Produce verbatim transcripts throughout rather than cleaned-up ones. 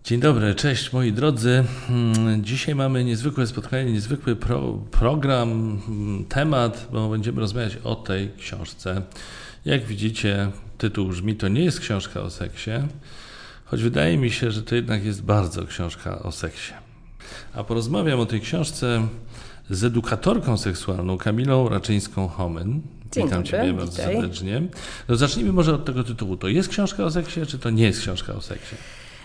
Dzień dobry, cześć moi drodzy. Dzisiaj mamy niezwykłe spotkanie, niezwykły pro, program, temat, bo będziemy rozmawiać o tej książce. Jak widzicie, tytuł brzmi, to nie jest książka o seksie, choć wydaje mi się, że to jednak jest bardzo książka o seksie. A porozmawiam o tej książce z edukatorką seksualną Kamilą Raczyńską-Homyn. Dzień Witam dobry, Ciebie bardzo witaj. serdecznie. No zacznijmy może od tego tytułu. To jest książka o seksie, czy to nie jest książka o seksie?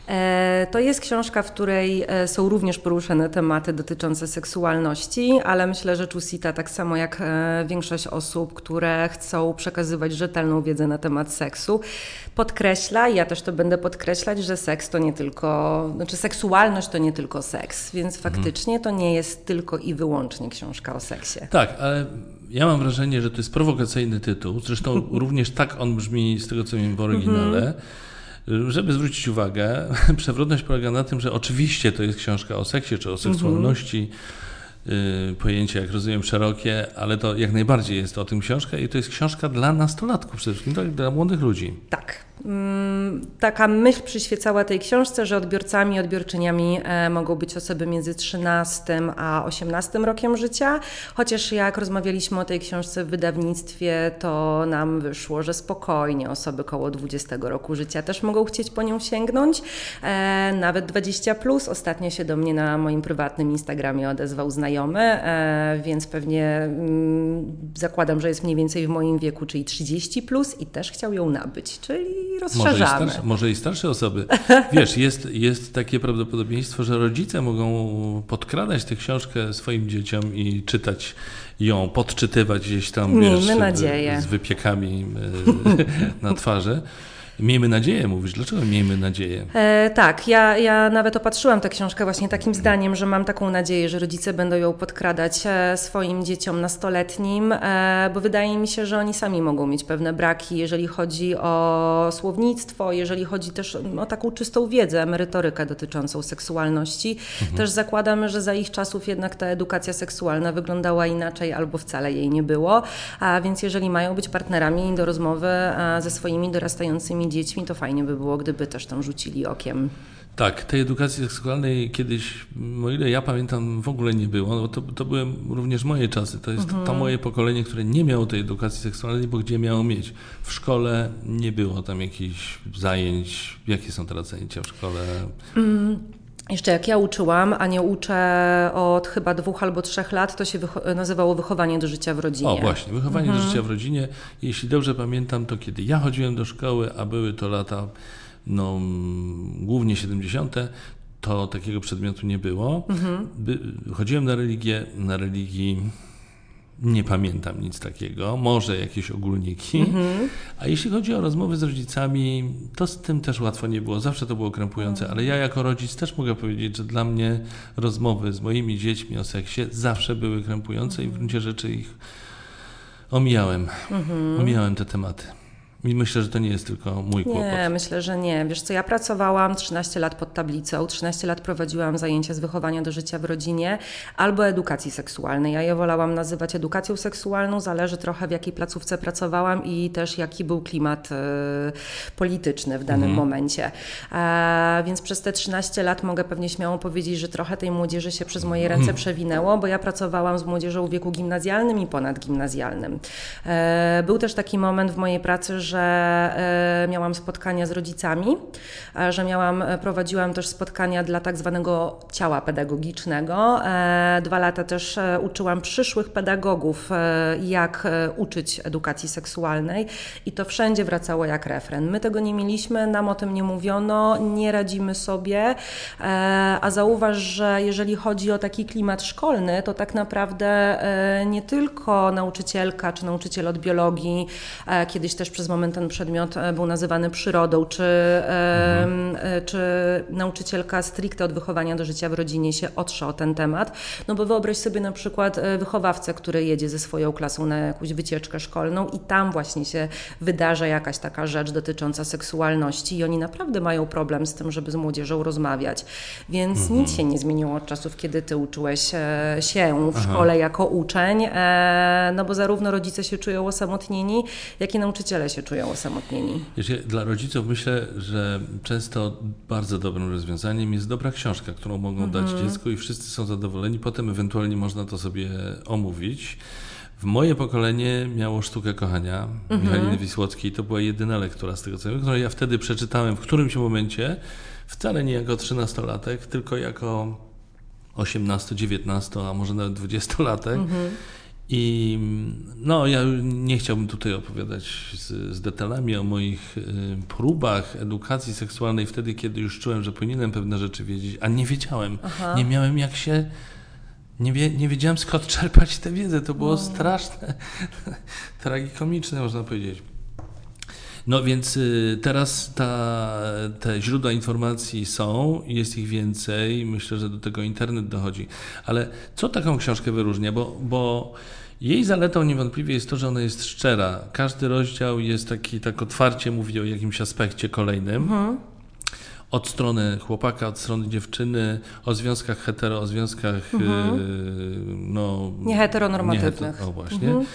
To jest książka, w której są również poruszane tematy dotyczące seksualności, ale myślę, że Chusita, tak samo jak większość osób, które chcą przekazywać rzetelną wiedzę na temat seksu, podkreśla, i ja też to będę podkreślać, że seks to nie tylko, znaczy seksualność to nie tylko seks, więc faktycznie to nie jest tylko i wyłącznie książka o seksie. Tak, ale ja mam wrażenie, że to jest prowokacyjny tytuł, zresztą również tak on brzmi z tego, co wiem w oryginale. Żeby zwrócić uwagę, przewrotność polega na tym, że oczywiście to jest książka o seksie czy o seksualności, mm-hmm. y, pojęcie, jak rozumiem, szerokie, ale to jak najbardziej jest o tym książka i to jest książka dla nastolatków przede wszystkim, tak, dla młodych ludzi. Tak. Taka myśl przyświecała tej książce, że odbiorcami, odbiorczyniami mogą być osoby między trzynastym a osiemnastym rokiem życia, chociaż jak rozmawialiśmy o tej książce w wydawnictwie, to nam wyszło, że spokojnie osoby koło dwudziestego roku życia też mogą chcieć po nią sięgnąć, nawet dwadzieścia plus. Ostatnio się do mnie na moim prywatnym Instagramie odezwał znajomy, więc pewnie zakładam, że jest mniej więcej w moim wieku, czyli trzydzieści plus i też chciał ją nabyć, czyli rozszerzamy. Może i starsze, może i starsze osoby. Wiesz, jest, jest takie prawdopodobieństwo, że rodzice mogą podkradać tę książkę swoim dzieciom i czytać ją, podczytywać gdzieś tam, Miejmy wiesz, nadzieję. z wypiekami na twarzy. Miejmy nadzieję, mówisz. Dlaczego miejmy nadzieję? E, tak, ja, ja nawet opatrzyłam tę książkę właśnie takim zdaniem, że mam taką nadzieję, że rodzice będą ją podkradać e, swoim dzieciom nastoletnim, e, bo wydaje mi się, że oni sami mogą mieć pewne braki, jeżeli chodzi o słownictwo, jeżeli chodzi też o taką czystą wiedzę, merytorykę dotyczącą seksualności. Mhm. Też zakładamy, że za ich czasów jednak ta edukacja seksualna wyglądała inaczej albo wcale jej nie było, a więc jeżeli mają być partnerami do rozmowy a, ze swoimi dorastającymi dziećmi, to fajnie by było, gdyby też tam rzucili okiem. Tak, tej edukacji seksualnej kiedyś, o ile ja pamiętam, w ogóle nie było, bo to, to były również moje czasy. To jest mhm. to moje pokolenie, które nie miało tej edukacji seksualnej, bo gdzie miało mieć? W szkole nie było tam jakichś zajęć. Jakie są teraz zajęcia w szkole? Mm. Jeszcze jak ja uczyłam, a nie uczę od chyba dwóch albo trzech lat, to się wycho- nazywało wychowanie do życia w rodzinie. O właśnie, wychowanie mhm. do życia w rodzinie. Jeśli dobrze pamiętam, to kiedy ja chodziłem do szkoły, a były to lata no, głównie siedemdziesiąte, to takiego przedmiotu nie było. Mhm. By, chodziłem na religię, na religii nie pamiętam nic takiego, może jakieś ogólniki, mm-hmm. a jeśli chodzi o rozmowy z rodzicami, to z tym też łatwo nie było, zawsze to było krępujące, mm. ale ja jako rodzic też mogę powiedzieć, że dla mnie rozmowy z moimi dziećmi o seksie zawsze były krępujące mm-hmm. i w gruncie rzeczy ich omijałem, mm-hmm. omijałem te tematy. I myślę, że to nie jest tylko mój kłopot. Nie, myślę, że nie. Wiesz co, ja pracowałam trzynaście lat pod tablicą, trzynaście lat prowadziłam zajęcia z wychowania do życia w rodzinie albo edukacji seksualnej. Ja je wolałam nazywać edukacją seksualną, zależy trochę w jakiej placówce pracowałam i też jaki był klimat y, polityczny w danym mhm. momencie. A, więc przez te trzynaście lat mogę pewnie śmiało powiedzieć, że trochę tej młodzieży się przez moje ręce mhm. przewinęło, bo ja pracowałam z młodzieżą w wieku gimnazjalnym i ponadgimnazjalnym. E, był też taki moment w mojej pracy, że e, miałam spotkania z rodzicami, e, że miałam, prowadziłam też spotkania dla tak zwanego ciała pedagogicznego. E, dwa lata też e, uczyłam przyszłych pedagogów, e, jak e, uczyć edukacji seksualnej i to wszędzie wracało jak refren. My tego nie mieliśmy, nam o tym nie mówiono, nie radzimy sobie, e, a zauważ, że jeżeli chodzi o taki klimat szkolny, to tak naprawdę e, nie tylko nauczycielka czy nauczyciel od biologii, e, kiedyś też przez moment ten przedmiot był nazywany przyrodą, czy, mhm. e, czy nauczycielka stricte od wychowania do życia w rodzinie się otrze o ten temat. No bo wyobraź sobie na przykład wychowawcę, który jedzie ze swoją klasą na jakąś wycieczkę szkolną i tam właśnie się wydarza jakaś taka rzecz dotycząca seksualności i oni naprawdę mają problem z tym, żeby z młodzieżą rozmawiać. Więc mhm. nic się nie zmieniło od czasów, kiedy ty uczyłeś e, się w Aha. szkole jako uczeń, e, no bo zarówno rodzice się czują osamotnieni, jak i nauczyciele się czują osamotnieni. Wiesz, ja dla rodziców myślę, że często bardzo dobrym rozwiązaniem jest dobra książka, którą mogą mhm. dać dziecku i wszyscy są zadowoleni. Potem ewentualnie można to sobie omówić. W moje pokolenie miało Sztukę kochania mhm. Michaliny Wisłockiej. To była jedyna lektura z tego co wiem, którą ja wtedy przeczytałem w którymś momencie, wcale nie jako trzynastolatek, tylko jako osiemnasto, dziewiętnasto, a może nawet dwudziestolatek. Mhm. I no, ja nie chciałbym tutaj opowiadać z, z detalami o moich y, próbach edukacji seksualnej wtedy, kiedy już czułem, że powinienem pewne rzeczy wiedzieć, a nie wiedziałem. Aha. Nie miałem jak się... Nie, wie, nie wiedziałem skąd czerpać tę wiedzę. To było no. straszne, tragikomiczne można powiedzieć. No więc y, teraz ta, te źródła informacji są, jest ich więcej. Myślę, że do tego internet dochodzi. Ale co taką książkę wyróżnia? Bo, bo jej zaletą niewątpliwie jest to, że ona jest szczera. Każdy rozdział jest taki, tak otwarcie mówi o jakimś aspekcie kolejnym. Mhm. Od strony chłopaka, od strony dziewczyny, o związkach hetero, o związkach mhm. yy, no, nieheteronormatywnych. Nie, o właśnie. Mhm.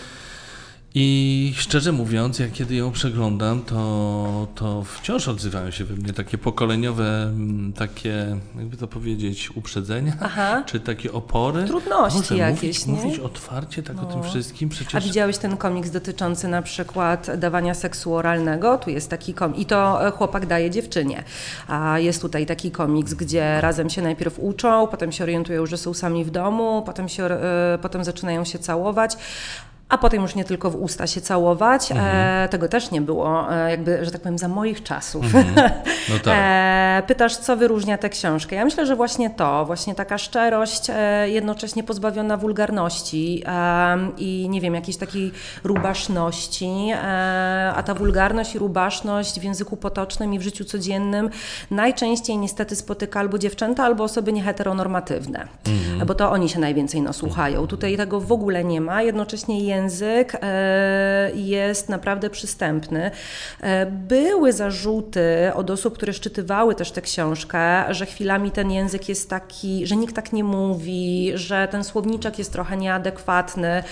I szczerze mówiąc, jak kiedy ją przeglądam, to, to wciąż odzywają się we mnie takie pokoleniowe, takie, jakby to powiedzieć, uprzedzenia, Aha. czy takie opory. Trudności Może jakieś, mówić, nie? mówić otwarcie tak no. o tym wszystkim. Przecież... A widziałeś ten komiks dotyczący na przykład dawania seksu oralnego? Tu jest taki komiks i to chłopak daje dziewczynie. A jest tutaj taki komiks, gdzie razem się najpierw uczą, potem się orientują, że są sami w domu, potem, się, yy, potem zaczynają się całować. A potem już nie tylko w usta się całować. Mhm. E, tego też nie było, e, jakby, że tak powiem, za moich czasów. Mhm. No tak. e, pytasz, co wyróżnia tę książkę? Ja myślę, że właśnie to, właśnie taka szczerość, e, jednocześnie pozbawiona wulgarności e, i nie wiem, jakiejś takiej rubaszności, e, a ta wulgarność i rubaszność w języku potocznym i w życiu codziennym najczęściej niestety spotyka albo dziewczęta, albo osoby nieheteronormatywne, mhm. bo to oni się najwięcej nasłuchają. Tutaj tego w ogóle nie ma, jednocześnie język Język jest naprawdę przystępny. Były zarzuty od osób, które szczytywały też tę książkę, że chwilami ten język jest taki, że nikt tak nie mówi, że ten słowniczek jest trochę nieadekwatny.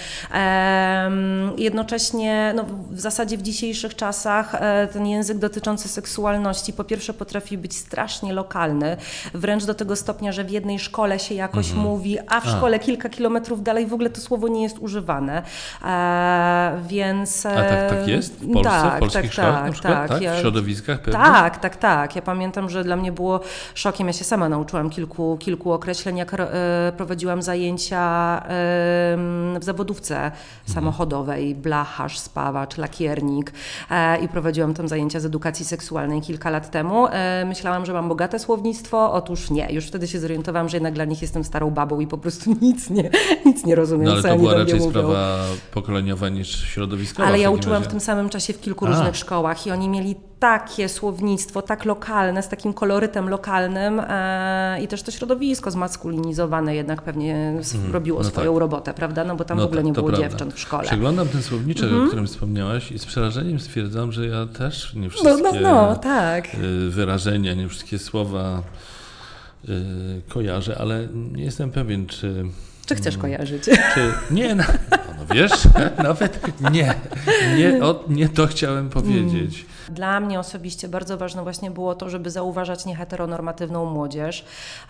Jednocześnie no, w zasadzie w dzisiejszych czasach ten język dotyczący seksualności po pierwsze potrafi być strasznie lokalny, wręcz do tego stopnia, że w jednej szkole się jakoś mhm. mówi, a w a. szkole kilka kilometrów dalej w ogóle to słowo nie jest używane. E, więc... A tak, tak jest? W Polsce? Tak, w polskich tak, szkołach tak, na przykład? Tak, tak? ja, w środowiskach pewnie? Tak, tak, tak. Ja pamiętam, że dla mnie było szokiem. Ja się sama nauczyłam kilku, kilku określeń, jak e, prowadziłam zajęcia e, w zawodówce mhm. samochodowej, blacharz, spawacz, lakiernik e, i prowadziłam tam zajęcia z edukacji seksualnej kilka lat temu. E, myślałam, że mam bogate słownictwo. Otóż nie. Już wtedy się zorientowałam, że jednak dla nich jestem starą babą i po prostu nic nie, nic nie rozumiem, no, ale co to oni była do mnie raczej mówią. Sprawa pokoleniowa niż środowiskowa. Ale w ja uczyłam razie. w tym samym czasie w kilku A. różnych szkołach i oni mieli takie słownictwo, tak lokalne, z takim kolorytem lokalnym e, i też to środowisko zmaskulinizowane jednak pewnie hmm, robiło no swoją tak. robotę, prawda? No bo tam no w ogóle tak, nie było prawda. dziewcząt w szkole. Przeglądam ten słowniczek, mm-hmm. o którym wspomniałaś i z przerażeniem stwierdzam, że ja też nie wszystkie no, no, no, tak. wyrażenia, nie wszystkie słowa y, kojarzę, ale nie jestem pewien, czy... Czy chcesz kojarzyć? Czy, nie, no, no wiesz, nawet nie, nie, o, nie to chciałem powiedzieć. Dla mnie osobiście bardzo ważne właśnie było to, żeby zauważać nieheteronormatywną młodzież,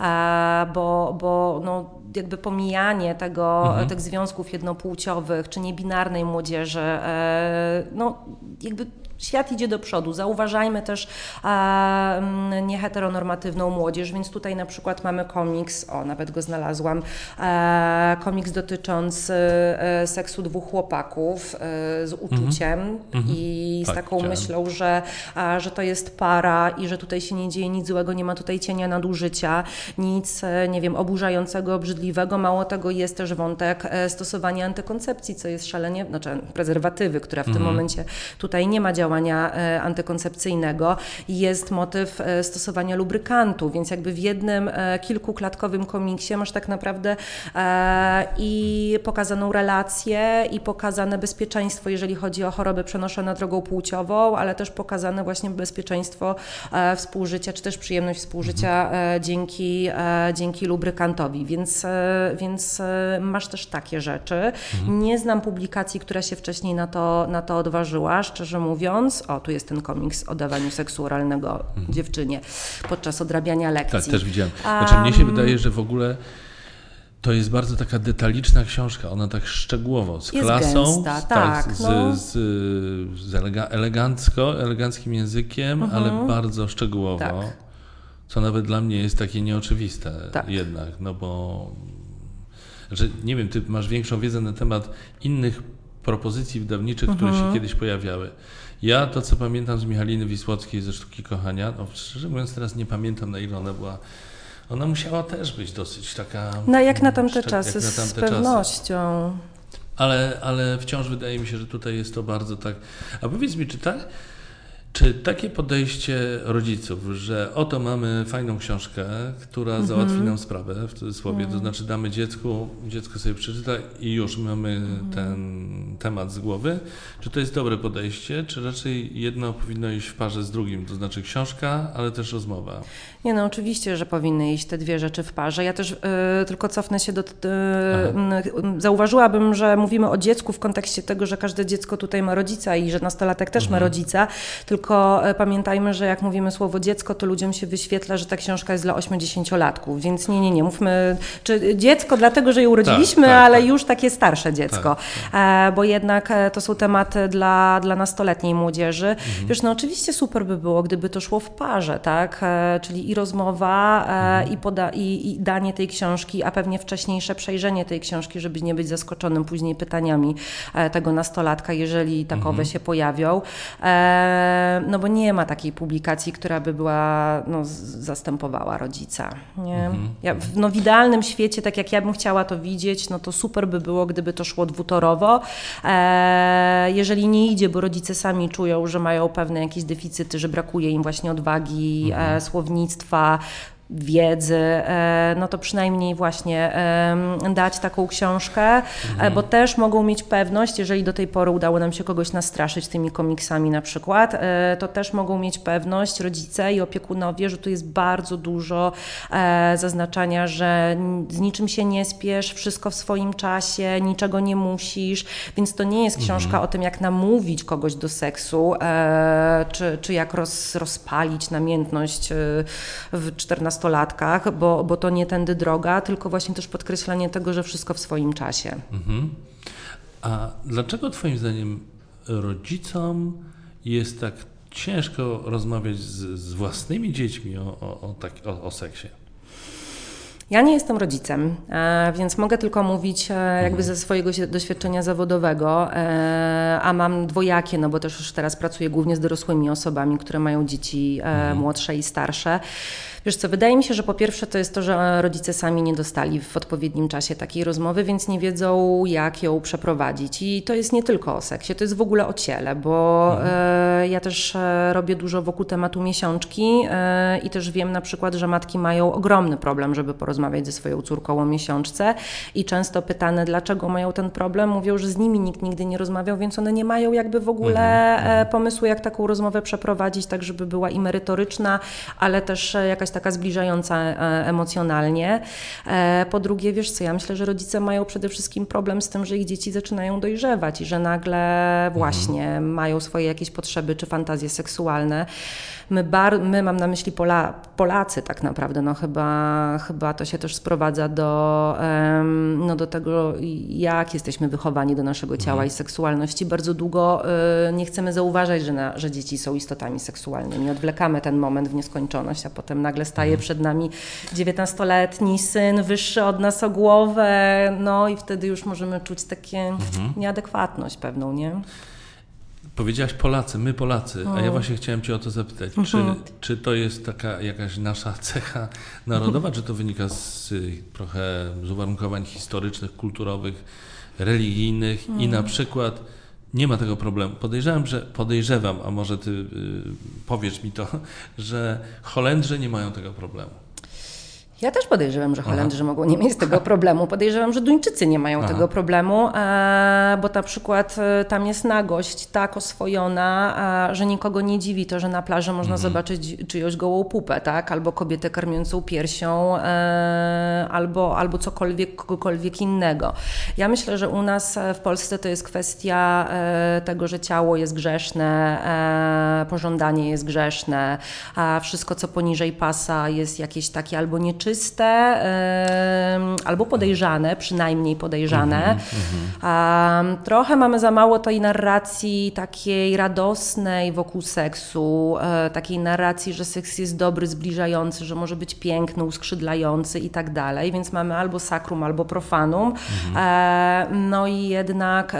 bo, bo no, jakby pomijanie tego, mhm. tych związków jednopłciowych czy niebinarnej młodzieży, no jakby świat idzie do przodu. Zauważajmy też e, nieheteronormatywną młodzież, więc tutaj na przykład mamy komiks, o nawet go znalazłam, e, komiks dotyczący e, seksu dwóch chłopaków e, z uczuciem mm-hmm. i z tak, taką chciałem. myślą, że, a, że to jest para i że tutaj się nie dzieje nic złego, nie ma tutaj cienia nadużycia, nic, e, nie wiem, oburzającego, obrzydliwego. Mało tego, jest też wątek e, stosowania antykoncepcji, co jest szalenie, znaczy prezerwatywy, która w mm-hmm. tym momencie tutaj nie ma działania antykoncepcyjnego. Jest motyw stosowania lubrykantu, więc jakby w jednym kilkuklatkowym komiksie masz tak naprawdę i pokazaną relację, i pokazane bezpieczeństwo, jeżeli chodzi o choroby przenoszone drogą płciową, ale też pokazane właśnie bezpieczeństwo współżycia, czy też przyjemność współżycia mhm. dzięki, dzięki lubrykantowi, więc, więc masz też takie rzeczy. Mhm. Nie znam publikacji, która się wcześniej na to, na to odważyła, szczerze mówiąc. mówiąc, o tu jest ten komiks o dawaniu seksu oralnego mhm. dziewczynie podczas odrabiania lekcji. Tak, też widziałem. Znaczy um, mnie się wydaje, że w ogóle to jest bardzo taka detaliczna książka, ona tak szczegółowo, z klasą, gęsta, z, tak, tak, z, no. z, z elega, elegancko, eleganckim językiem, mhm. ale bardzo szczegółowo, tak. co nawet dla mnie jest takie nieoczywiste tak. jednak, no bo że, nie wiem, ty masz większą wiedzę na temat innych propozycji wydawniczych, mhm. które się kiedyś pojawiały. Ja to, co pamiętam z Michaliny Wisłockiej ze Sztuki Kochania, no szczerze mówiąc teraz nie pamiętam, na ile ona była. Ona musiała też być dosyć taka... No jak na tamte szczeg- czasy, na tamte z pewnością. Czasy. Ale, ale wciąż wydaje mi się, że tutaj jest to bardzo tak... A powiedz mi, czy tak... Czy takie podejście rodziców, że oto mamy fajną książkę, która mm-hmm. załatwi nam sprawę, w cudzysłowie, mm. to znaczy damy dziecku, dziecko sobie przeczyta i już mamy mm. ten temat z głowy, czy to jest dobre podejście, czy raczej jedno powinno iść w parze z drugim, to znaczy książka, ale też rozmowa? Nie no, oczywiście, że powinny iść te dwie rzeczy w parze. Ja też y, tylko cofnę się do... Y, y, zauważyłabym, że mówimy o dziecku w kontekście tego, że każde dziecko tutaj ma rodzica i że nastolatek też mm. ma rodzica, tylko Tylko pamiętajmy, że jak mówimy słowo dziecko, to ludziom się wyświetla, że ta książka jest dla ośmiodziesięciolatków, więc nie, nie, nie, mówmy, czy dziecko dlatego, że je urodziliśmy, tak, tak, ale tak. już takie starsze dziecko, tak, tak. bo jednak to są tematy dla, dla nastoletniej młodzieży. Mhm. Wiesz, no oczywiście super by było, gdyby to szło w parze, tak, czyli i rozmowa, mhm. i, poda, i, i danie tej książki, a pewnie wcześniejsze przejrzenie tej książki, żeby nie być zaskoczonym później pytaniami tego nastolatka, jeżeli takowe mhm. się pojawią. No bo nie ma takiej publikacji, która by była, no, zastępowała rodzica. Nie? Mm-hmm. Ja, no, w idealnym świecie, tak jak ja bym chciała to widzieć, no to super by było, gdyby to szło dwutorowo. E, jeżeli nie idzie, bo rodzice sami czują, że mają pewne jakieś deficyty, że brakuje im właśnie odwagi, mm-hmm. e, słownictwa, wiedzy, no to przynajmniej właśnie dać taką książkę, mhm. bo też mogą mieć pewność, jeżeli do tej pory udało nam się kogoś nastraszyć tymi komiksami na przykład, to też mogą mieć pewność rodzice i opiekunowie, że tu jest bardzo dużo zaznaczania, że z niczym się nie spiesz, wszystko w swoim czasie, niczego nie musisz, więc to nie jest książka mhm. o tym, jak namówić kogoś do seksu, czy, czy jak roz, rozpalić namiętność w czternastolatkach, bo, bo to nie tędy droga, tylko właśnie też podkreślanie tego, że wszystko w swoim czasie. Mhm. A dlaczego twoim zdaniem rodzicom jest tak ciężko rozmawiać z, z własnymi dziećmi o, o, o, tak, o, o seksie? Ja nie jestem rodzicem, więc mogę tylko mówić jakby ze swojego doświadczenia zawodowego, a mam dwojakie, no bo też już teraz pracuję głównie z dorosłymi osobami, które mają dzieci mhm. młodsze i starsze. Wiesz co, wydaje mi się, że po pierwsze to jest to, że rodzice sami nie dostali w odpowiednim czasie takiej rozmowy, więc nie wiedzą, jak ją przeprowadzić. I to jest nie tylko o seksie, to jest w ogóle o ciele, bo mhm. e, ja też e, robię dużo wokół tematu miesiączki e, i też wiem na przykład, że matki mają ogromny problem, żeby porozmawiać ze swoją córką o miesiączce i często pytane, dlaczego mają ten problem, mówią, że z nimi nikt nigdy nie rozmawiał, więc one nie mają jakby w ogóle mhm. e, pomysłu, jak taką rozmowę przeprowadzić, tak żeby była i merytoryczna, ale też e, jakaś taka zbliżająca e, emocjonalnie. E, po drugie, wiesz co, ja myślę, że rodzice mają przede wszystkim problem z tym, że ich dzieci zaczynają dojrzewać i że nagle właśnie mhm. mają swoje jakieś potrzeby czy fantazje seksualne. My, bar, my mam na myśli Pola, Polacy tak naprawdę, no chyba, chyba to się też sprowadza do, um, no do tego, jak jesteśmy wychowani do naszego ciała mhm. i seksualności. Bardzo długo y, nie chcemy zauważać, że, na, że dzieci są istotami seksualnymi. Odwlekamy ten moment w nieskończoność, a potem nagle staje mhm. przed nami dziewiętnastoletni syn, wyższy od nas o głowę, no i wtedy już możemy czuć takie mhm. nieadekwatność pewną, nie? Powiedziałaś Polacy, my Polacy, a ja właśnie chciałem Cię o to zapytać, mhm. czy, czy to jest taka jakaś nasza cecha narodowa, czy to wynika z trochę z uwarunkowań historycznych, kulturowych, religijnych mhm. i na przykład nie ma tego problemu. Podejrzewam, że podejrzewam, a może Ty y, powiesz mi to, że Holendrzy nie mają tego problemu. Ja też podejrzewam, że Holendrzy Aha. mogą nie mieć tego problemu. Podejrzewam, że Duńczycy nie mają Aha. tego problemu, e, bo na przykład e, tam jest nagość tak oswojona, e, że nikogo nie dziwi to, że na plaży można mhm. zobaczyć czyjąś gołą pupę, tak? Albo kobietę karmiącą piersią, e, albo, albo cokolwiek, kogokolwiek innego. Ja myślę, że u nas w Polsce to jest kwestia e, tego, że ciało jest grzeszne, e, pożądanie jest grzeszne, a wszystko, co poniżej pasa jest jakieś takie albo nieczyste, albo podejrzane, przynajmniej podejrzane. Mm-hmm. Trochę mamy za mało tej narracji takiej radosnej wokół seksu, takiej narracji, że seks jest dobry, zbliżający, że może być piękny, uskrzydlający i tak dalej, więc mamy albo sakrum, albo profanum. Mm-hmm. No i jednak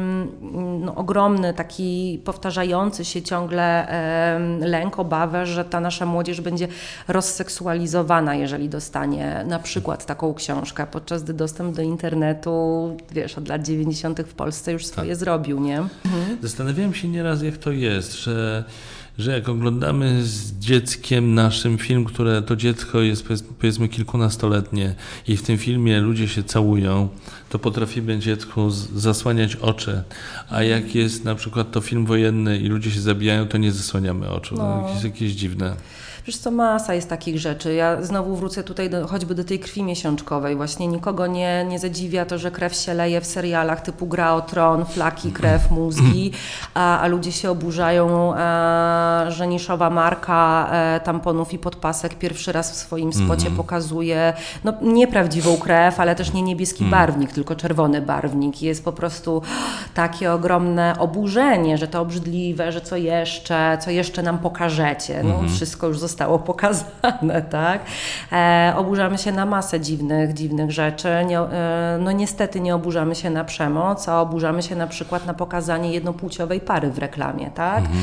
no, ogromny taki powtarzający się ciągle lęk, obawę, że ta nasza młodzież będzie rozseksualizowana, jeżeli dostanie na przykład taką książkę, podczas gdy dostęp do internetu, wiesz, od lat dziewięćdziesiątych w Polsce już swoje tak. zrobił, nie? Mhm. Zastanawiałem się nieraz, jak to jest, że, że jak oglądamy z dzieckiem naszym film, które to dziecko jest powiedzmy kilkunastoletnie i w tym filmie ludzie się całują, to potrafimy dziecku zasłaniać oczy, a jak jest na przykład to film wojenny i ludzie się zabijają, to nie zasłaniamy oczu. No. To jest jakieś dziwne. Wiesz co, masa jest takich rzeczy. Ja znowu wrócę tutaj do, choćby do tej krwi miesiączkowej. Właśnie nikogo nie, nie zadziwia to, że krew się leje w serialach typu Gra o Tron, flaki, krew, mózgi, a, a ludzie się oburzają, a, że niszowa marka a, tamponów i podpasek pierwszy raz w swoim spocie mm. pokazuje no, nieprawdziwą krew, ale też nie niebieski mm. barwnik, tylko czerwony barwnik. Jest po prostu takie ogromne oburzenie, że to obrzydliwe, że co jeszcze, co jeszcze nam pokażecie. No, mm. wszystko już zostało pokazane, tak? E, oburzamy się na masę dziwnych, dziwnych rzeczy. Nie, e, no niestety nie oburzamy się na przemoc, a oburzamy się na przykład na pokazanie jednopłciowej pary w reklamie, tak? Mhm.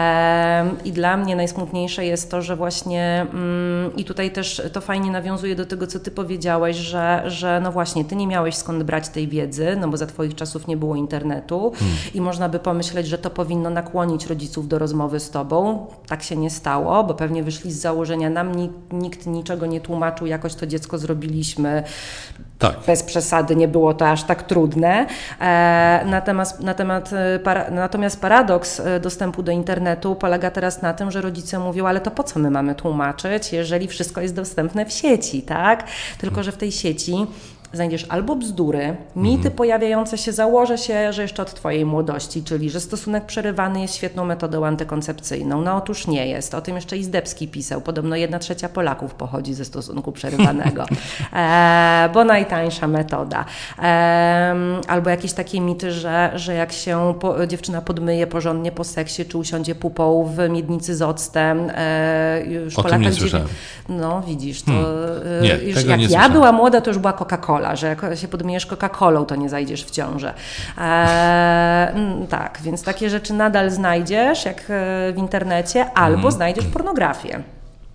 E, I dla mnie najsmutniejsze jest to, że właśnie mm, i tutaj też to fajnie nawiązuje do tego, co ty powiedziałeś, że, że no właśnie, ty nie miałeś skąd brać tej wiedzy, no bo za twoich czasów nie było internetu mhm. i można by pomyśleć, że to powinno nakłonić rodziców do rozmowy z tobą. Tak się nie stało, bo pewnie wyszli z założenia, nam nikt, nikt niczego nie tłumaczył, jakoś to dziecko zrobiliśmy. Tak. Bez przesady, nie było to aż tak trudne. E, natomiast, na temat, para, natomiast paradoks dostępu do internetu polega teraz na tym, że rodzice mówią, ale to po co my mamy tłumaczyć, jeżeli wszystko jest dostępne w sieci, tak? Tylko że w tej sieci znajdziesz albo bzdury, mity mhm. pojawiające się, założę się, że jeszcze od twojej młodości, czyli że stosunek przerywany jest świetną metodą antykoncepcyjną. No otóż nie jest. O tym jeszcze Izdebski pisał. Podobno jedna trzecia Polaków pochodzi ze stosunku przerywanego, e, bo najtańsza metoda. E, albo jakieś takie mity, że, że jak się po, dziewczyna podmyje porządnie po seksie, czy usiądzie pupą w miednicy z octem. E, już o po tym nie latach słyszałem. No widzisz, to hmm. nie, już tego jak nie ja słyszałem. Była młoda, to już była Coca-Cola, że jak się podmyjesz Coca-Colą, to nie zajdziesz w ciążę. Eee, tak, więc takie rzeczy nadal znajdziesz, jak w internecie, albo mm. znajdziesz pornografię.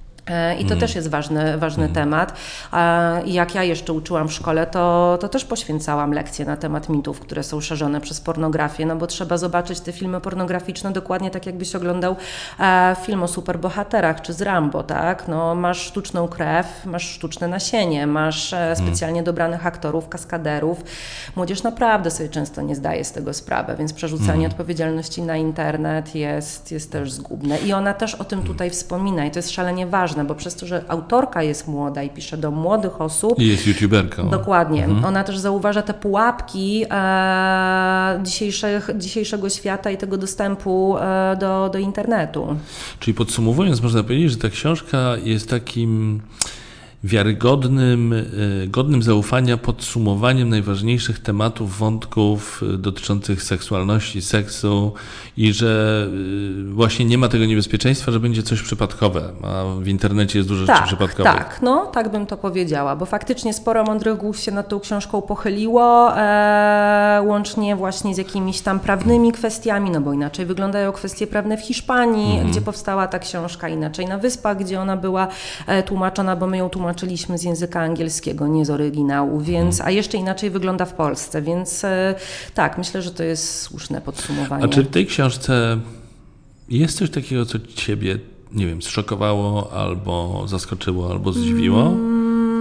I to mm. też jest ważny, ważny mm. temat. I jak ja jeszcze uczyłam w szkole, to, to też poświęcałam lekcje na temat mitów, które są szerzone przez pornografię, no bo trzeba zobaczyć te filmy pornograficzne dokładnie tak, jakbyś oglądał film o superbohaterach, czy z Rambo, tak? No, masz sztuczną krew, masz sztuczne nasienie, masz specjalnie dobranych aktorów, kaskaderów. Młodzież naprawdę sobie często nie zdaje z tego sprawy, więc przerzucanie mm. odpowiedzialności na internet jest, jest też zgubne. I ona też o tym tutaj wspomina i to jest szalenie ważne, bo przez to, że autorka jest młoda i pisze do młodych osób. I jest youtuberką. Dokładnie. Mhm. Ona też zauważa te pułapki e, dzisiejszych, dzisiejszego świata i tego dostępu e, do, do internetu. Czyli podsumowując, można powiedzieć, że ta książka jest takim wiarygodnym, godnym zaufania podsumowaniem najważniejszych tematów, wątków dotyczących seksualności, seksu i że właśnie nie ma tego niebezpieczeństwa, że będzie coś przypadkowe, a w internecie jest dużo tak, rzeczy przypadkowych. Tak, no tak bym to powiedziała, bo faktycznie sporo mądrych głów się nad tą książką pochyliło, e, łącznie właśnie z jakimiś tam prawnymi kwestiami, no bo inaczej wyglądają kwestie prawne w Hiszpanii, mhm. gdzie powstała ta książka, inaczej na Wyspach, gdzie ona była e, tłumaczona, bo my ją tłumaczyliśmy tłumaczyliśmy z języka angielskiego, nie z oryginału, więc, a jeszcze inaczej wygląda w Polsce, więc tak, myślę, że to jest słuszne podsumowanie. A czy w tej książce jest coś takiego, co Ciebie, nie wiem, zszokowało, albo zaskoczyło, albo zdziwiło? Mm.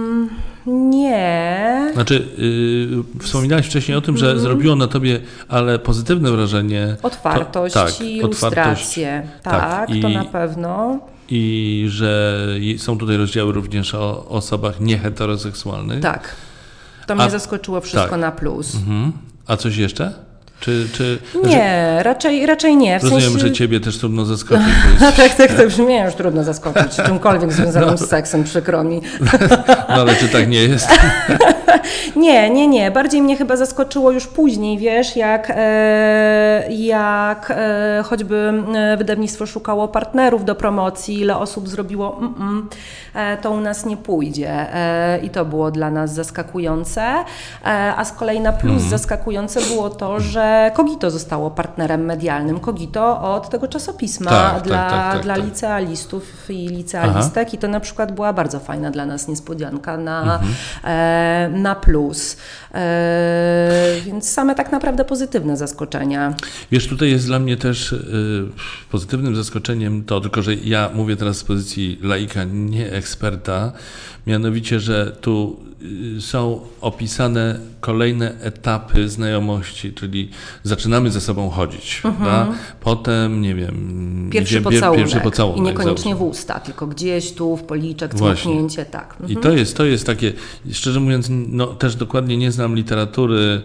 Nie. Znaczy, yy, wspominałaś wcześniej o tym, że mm. zrobiło na tobie, ale pozytywne wrażenie. Otwartość to, tak, i ilustracje. Tak, tak i, to na pewno. I że są tutaj rozdziały również o osobach nieheteroseksualnych. Tak. To mnie A, zaskoczyło wszystko tak. na plus. Mhm. A coś jeszcze? Czy, czy, nie, znaczy, raczej, raczej nie. W rozumiem, sensie... że ciebie też trudno zaskoczyć. No tak, tak, to brzmi już trudno zaskoczyć. Czymkolwiek związanym no. z seksem, przykro mi. No ale czy tak nie jest? Nie, nie, nie. Bardziej mnie chyba zaskoczyło już później, wiesz, jak, e, jak e, choćby wydawnictwo szukało partnerów do promocji, ile osób zrobiło mm, mm, e, to u nas nie pójdzie. E, I to było dla nas zaskakujące. E, a z kolei na plus mm. zaskakujące było to, że Kogito zostało partnerem medialnym. Kogito od tego czasopisma tak, dla, tak, tak, tak, dla tak. licealistów i licealistek. Aha. I to na przykład była bardzo fajna dla nas niespodzianka na, mhm. e, na plus. E, więc same tak naprawdę pozytywne zaskoczenia. Wiesz, tutaj jest dla mnie też y, pozytywnym zaskoczeniem to, tylko że ja mówię teraz z pozycji laika, nie eksperta, mianowicie, że tu y, są opisane kolejne etapy znajomości, czyli zaczynamy ze sobą chodzić, mhm. prawda? Potem, nie wiem... Pierwszy gdzie, pocałunek. Pierwszy pocałunek. I niekoniecznie w usta, tylko gdzieś tu, w policzek, cmoknięcie, tak. Mhm. I to jest, to jest takie, szczerze mówiąc, no, też dokładnie nie znam literatury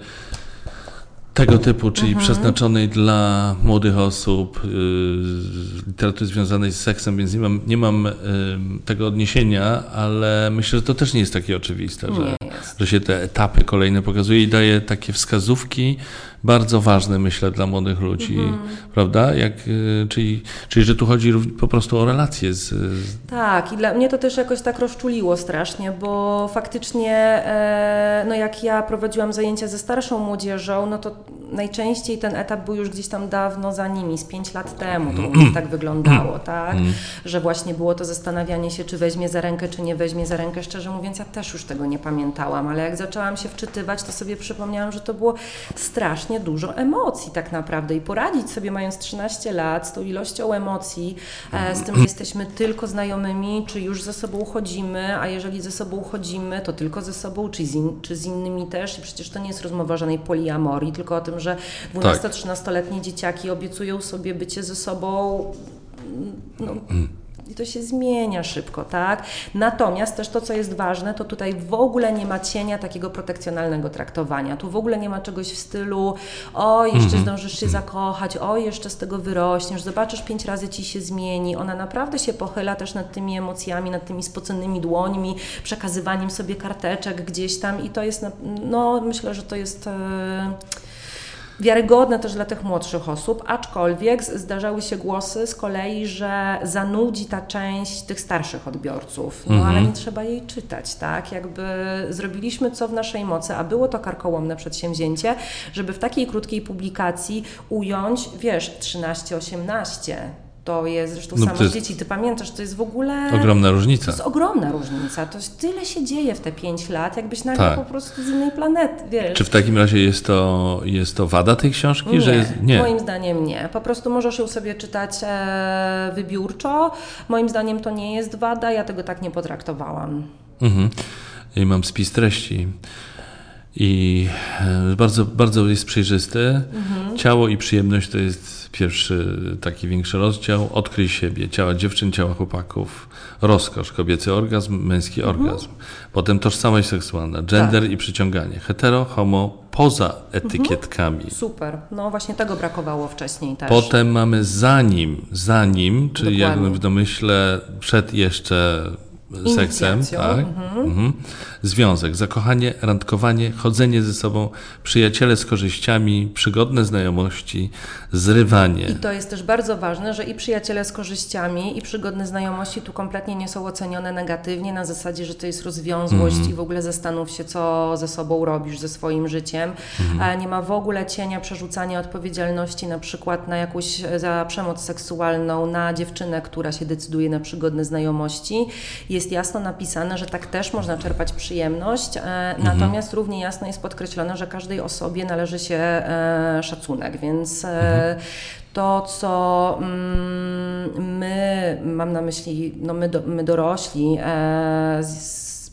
tego typu, czyli mhm. przeznaczonej dla młodych osób, yy, literatury związanej z seksem, więc nie mam, nie mam yy, tego odniesienia, ale myślę, że to też nie jest takie oczywiste, że, że się te etapy kolejne pokazuje i daje takie wskazówki bardzo ważne, myślę, dla młodych ludzi, mhm. prawda? Jak, yy, czyli, czyli, że tu chodzi po prostu o relacje z... z... Tak, i dla mnie to też jakoś tak rozczuliło strasznie, bo faktycznie, e, no jak ja prowadziłam zajęcia ze starszą młodzieżą, no to najczęściej ten etap był już gdzieś tam dawno za nimi, z pięć lat temu to u mnie tak wyglądało, tak? Że właśnie było to zastanawianie się, czy weźmie za rękę, czy nie weźmie za rękę. Szczerze mówiąc, ja też już tego nie pamiętałam, ale jak zaczęłam się wczytywać, to sobie przypomniałam, że to było strasznie dużo emocji tak naprawdę i poradzić sobie, mając trzynaście lat, z tą ilością emocji, e, z tym, że jesteśmy tylko znajomymi, czy już ze sobą chodzimy, a jeżeli ze sobą chodzimy, to tylko ze sobą, czy z, in, czy z innymi też. I przecież to nie jest rozmowa o żadnej poliamorii, tylko o tym, że dwunasto-trzynastoletnie dzieciaki obiecują sobie bycie ze sobą, no, i to się zmienia szybko, tak? Natomiast też to, co jest ważne, to tutaj w ogóle nie ma cienia takiego protekcjonalnego traktowania. Tu w ogóle nie ma czegoś w stylu o, jeszcze zdążysz się zakochać, o, jeszcze z tego wyrośniesz, zobaczysz, pięć razy ci się zmieni. Ona naprawdę się pochyla też nad tymi emocjami, nad tymi spoconymi dłońmi, przekazywaniem sobie karteczek gdzieś tam i to jest, no myślę, że to jest... Yy... wiarygodne też dla tych młodszych osób, aczkolwiek zdarzały się głosy z kolei, że zanudzi ta część tych starszych odbiorców, no mhm. ale nie trzeba jej czytać, tak? Jakby zrobiliśmy co w naszej mocy, a było to karkołomne przedsięwzięcie, żeby w takiej krótkiej publikacji ująć, wiesz, trzynaście osiemnaście. To jest zresztą no samo dzieci. Ty pamiętasz, to jest w ogóle... Ogromna różnica. To jest ogromna różnica. To jest, tyle się dzieje w te pięć lat, jakbyś nagle tak. po prostu z innej planety, wiesz. Czy w takim razie jest to, jest to wada tej książki? Nie, że jest... nie, moim zdaniem nie. Po prostu możesz ją sobie czytać e, wybiórczo. Moim zdaniem to nie jest wada, ja tego tak nie potraktowałam. Mhm. I mam spis treści. I bardzo, bardzo jest przejrzysty. Mhm. Ciało i przyjemność to jest pierwszy taki większy rozdział. Odkryj siebie. Ciała dziewczyn, ciała chłopaków. Rozkosz, kobiecy orgazm, męski mhm. orgazm. Potem tożsamość seksualna, gender tak. i przyciąganie. Hetero, homo, poza etykietkami. Mhm. Super. No właśnie tego brakowało wcześniej też. Potem mamy zanim, zanim, czyli Dokładnie. jak w domyśle przed jeszcze... seksem, tak. Mhm. Mhm. Związek, zakochanie, randkowanie, chodzenie ze sobą, przyjaciele z korzyściami, przygodne znajomości, zrywanie. I to jest też bardzo ważne, że i przyjaciele z korzyściami, i przygodne znajomości tu kompletnie nie są ocenione negatywnie, na zasadzie, że to jest rozwiązłość mhm. i w ogóle zastanów się, co ze sobą robisz, ze swoim życiem. Mhm. Nie ma w ogóle cienia przerzucania odpowiedzialności na przykład na jakąś za przemoc seksualną, na dziewczynę, która się decyduje na przygodne znajomości. Jest Jest jasno napisane, że tak też można czerpać przyjemność, e, mhm. natomiast równie jasno jest podkreślone, że każdej osobie należy się e, szacunek, więc e, mhm. to, co mm, my, mam na myśli, no my, do, my dorośli, e, z,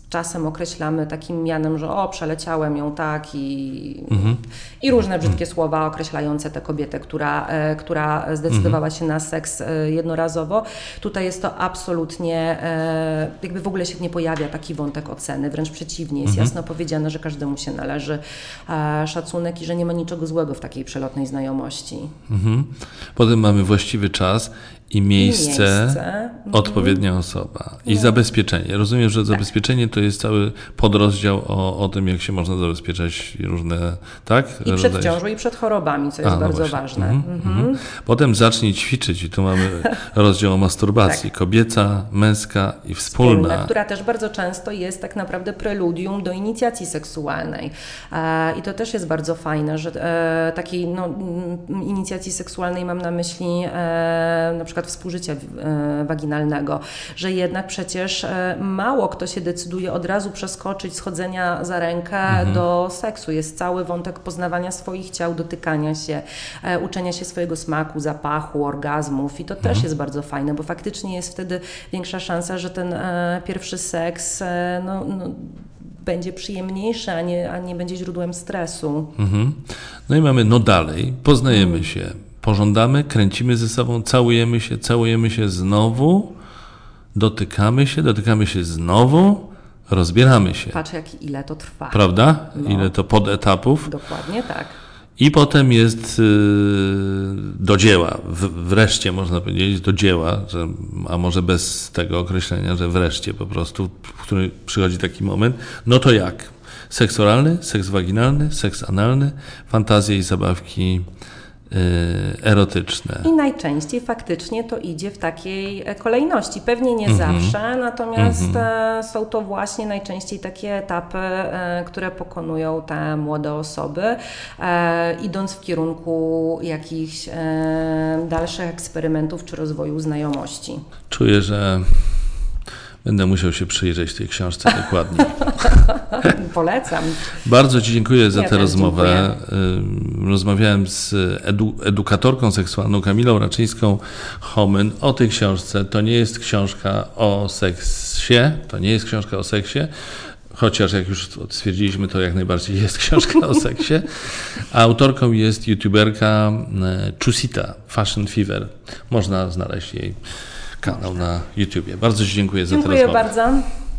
czasem określamy takim mianem, że o, przeleciałem ją tak i, mhm. i różne brzydkie mhm. słowa określające tę kobietę, która, e, która zdecydowała mhm. się na seks e, jednorazowo. Tutaj jest to absolutnie, e, jakby w ogóle się nie pojawia taki wątek oceny, wręcz przeciwnie, jest mhm. jasno powiedziane, że każdemu się należy e, szacunek i że nie ma niczego złego w takiej przelotnej znajomości. Mhm. Potem mamy właściwy czas i miejsce, I miejsce. odpowiednia osoba i no. zabezpieczenie. Rozumiem, że zabezpieczenie to jest cały podrozdział o, o tym, jak się można zabezpieczać różne, tak? I przed ciążą, i przed chorobami, co jest A, bardzo no ważne. Mhm, mhm. Potem zacznij ćwiczyć i tu mamy rozdział o masturbacji. Tak. Kobieca, męska i wspólna. wspólna. Która też bardzo często jest tak naprawdę preludium do inicjacji seksualnej. E, I to też jest bardzo fajne, że e, takiej no, inicjacji seksualnej mam na myśli e, na przykład współżycia waginalnego, że jednak przecież mało kto się decyduje od razu przeskoczyć z chodzenia za rękę mhm. do seksu. Jest cały wątek poznawania swoich ciał, dotykania się, uczenia się swojego smaku, zapachu, orgazmów i to mhm. też jest bardzo fajne, bo faktycznie jest wtedy większa szansa, że ten pierwszy seks no, no, będzie przyjemniejszy, a nie, a nie będzie źródłem stresu. Mhm. No i mamy no dalej, poznajemy mhm. się. Pożądamy, kręcimy ze sobą, całujemy się, całujemy się znowu, dotykamy się, dotykamy się znowu, rozbieramy się. Patrz, jak ile to trwa. Prawda? No. Ile to podetapów. Dokładnie tak. I potem jest yy, do dzieła. W, wreszcie można powiedzieć do dzieła, że, a może bez tego określenia, że wreszcie po prostu, w którym przychodzi taki moment. No to jak? Seks oralny, seks waginalny, seks analny, fantazje i zabawki erotyczne. I najczęściej faktycznie to idzie w takiej kolejności. Pewnie nie mm-hmm. zawsze, natomiast mm-hmm. są to właśnie najczęściej takie etapy, które pokonują te młode osoby, idąc w kierunku jakichś dalszych eksperymentów czy rozwoju znajomości. Czuję, że będę musiał się przyjrzeć tej książce dokładnie. Polecam. Bardzo Ci dziękuję za ja tę rozmowę. Dziękuję. Rozmawiałem z edu, edukatorką seksualną Kamilą Raczyńską-Homyn o tej książce. To nie jest książka o seksie, to nie jest książka o seksie, chociaż jak już stwierdziliśmy, to jak najbardziej jest książka o seksie. A autorką jest youtuberka Chusita, Fashion Fever. Można znaleźć jej kanał na YouTubie. Bardzo Ci dziękuję za tę rozmowę. Dziękuję bardzo.